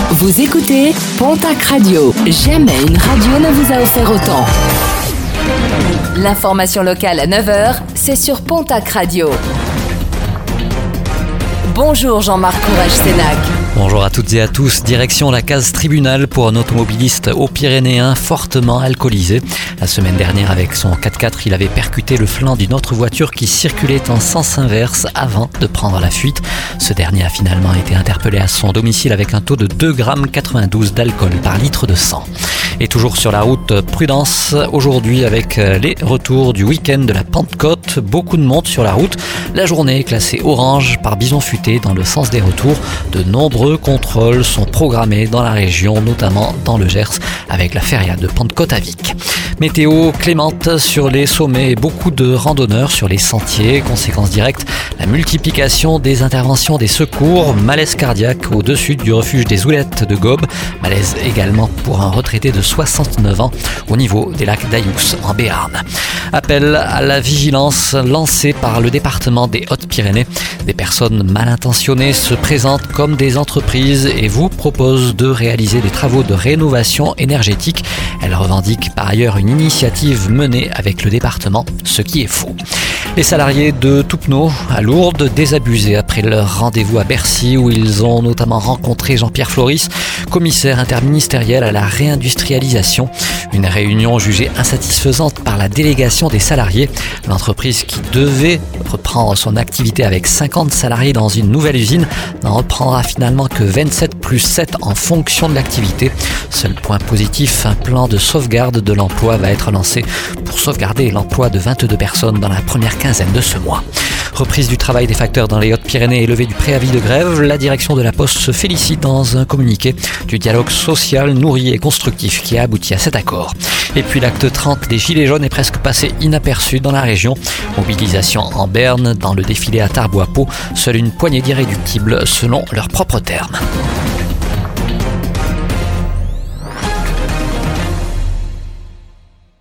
Vous écoutez Pontac Radio. Jamais une radio ne vous a offert autant. L'information locale à 9h, c'est sur Pontac Radio. Bonjour Jean-Marc Courage-Sénac. Bonjour à toutes et à tous. Direction la case tribunal pour un automobiliste haut-pyrénéen fortement alcoolisé. La semaine dernière, avec son 4x4, il avait percuté le flanc d'une autre voiture qui circulait en sens inverse avant de prendre la fuite. Ce dernier a finalement été interpellé à son domicile avec un taux de 2,92 g d'alcool par litre de sang. Et toujours sur la route, prudence aujourd'hui avec les retours du week-end de la Pentecôte. Beaucoup de monde sur la route. La journée est classée orange par bison futé dans le sens des retours. De nombreux contrôles sont programmés dans la région, notamment dans le Gers, avec la feria de Pentecôte à Vic. Météo clémente sur les sommets et beaucoup de randonneurs sur les sentiers. Conséquence directe, la multiplication des interventions des secours. Malaise cardiaque au-dessus du refuge des Oulettes de Gobes. Malaise également pour un retraité de 69 ans au niveau des lacs d'Ayoux en Béarn. Appel à la vigilance lancé par le département des Hautes-Pyrénées. Des personnes mal intentionnées se présentent comme des entreprises et vous proposent de réaliser des travaux de rénovation énergétique. Elles revendiquent par ailleurs une initiative menée avec le département, ce qui est faux. Les salariés de Toupneau à Lourdes, désabusés après leur rendez-vous à Bercy où ils ont notamment rencontré Jean-Pierre Floris, commissaire interministériel à la réindustrialisation. Une réunion jugée insatisfaisante par la délégation des salariés. L'entreprise qui devait reprendre son activité avec 50 salariés dans une nouvelle usine n'en reprendra finalement que 27 plus 7 en fonction de l'activité. Seul point positif, un plan de sauvegarde de l'emploi va être lancé pour sauvegarder l'emploi de 22 personnes dans la première quinzaine de ce mois. Reprise du travail des facteurs dans les Hautes-Pyrénées et levée du préavis de grève, la direction de la Poste se félicite dans un communiqué du dialogue social nourri et constructif qui a abouti à cet accord. Et puis l'acte 30 des Gilets jaunes est presque passé inaperçu dans la région. Mobilisation en Berne, dans le défilé à Tarbes-à-Pau, seule une poignée d'irréductibles selon leurs propres termes.